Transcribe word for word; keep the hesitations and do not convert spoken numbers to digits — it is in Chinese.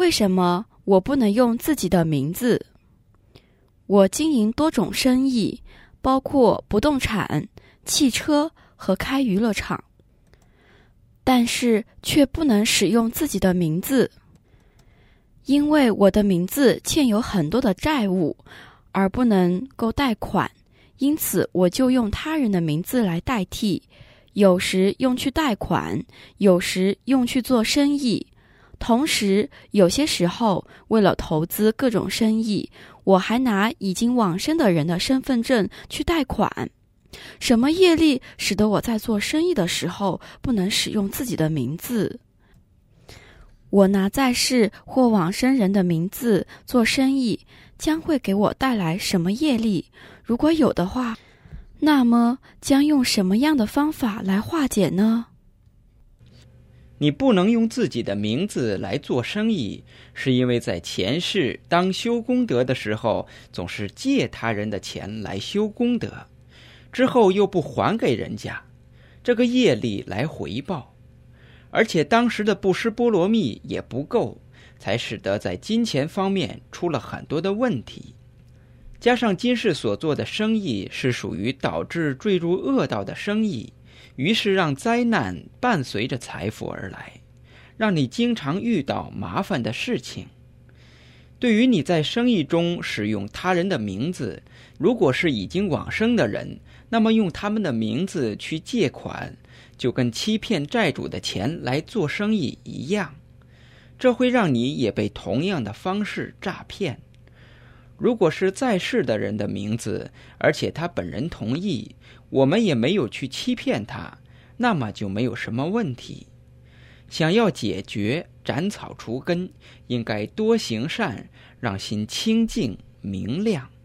为什么我不能用自己的名字？我经营多种生意，包括不动产、汽车和开娱乐场，但是却不能使用自己的名字，因为我的名字欠有很多的债务，而不能够贷款，因此我就用他人的名字来代替，有时用去贷款，有时用去做生意。同时，有些时候为了投资各种生意，我还拿已经往生的人的身份证去贷款。什么业力使得我在做生意的时候不能使用自己的名字？我拿在世或往生人的名字做生意，将会给我带来什么业力？如果有的话，那么将用什么样的方法来化解呢？ 你不能用自己的名字来做生意，是因为在前世当修功德的时候，总是借他人的钱来修功德，之后又不还给人家，这个业力来回报。而且当时的布施波罗蜜也不够，才使得在金钱方面出了很多的问题。加上今世所做的生意是属于导致坠入恶道的生意，于是让灾难伴随着财富而来，让你经常遇到麻烦的事情。对于你在生意中使用他人的名字，如果是已经往生的人，那么用他们的名字去借款，就跟欺骗债主的钱来做生意一样，这会让你也被同样的方式诈骗。如果是在世的人的名字，而且他本人同意，我们也没有去欺骗他，那么就没有什么问题。想要解决斩草除根，应该多行善，让心清净明亮。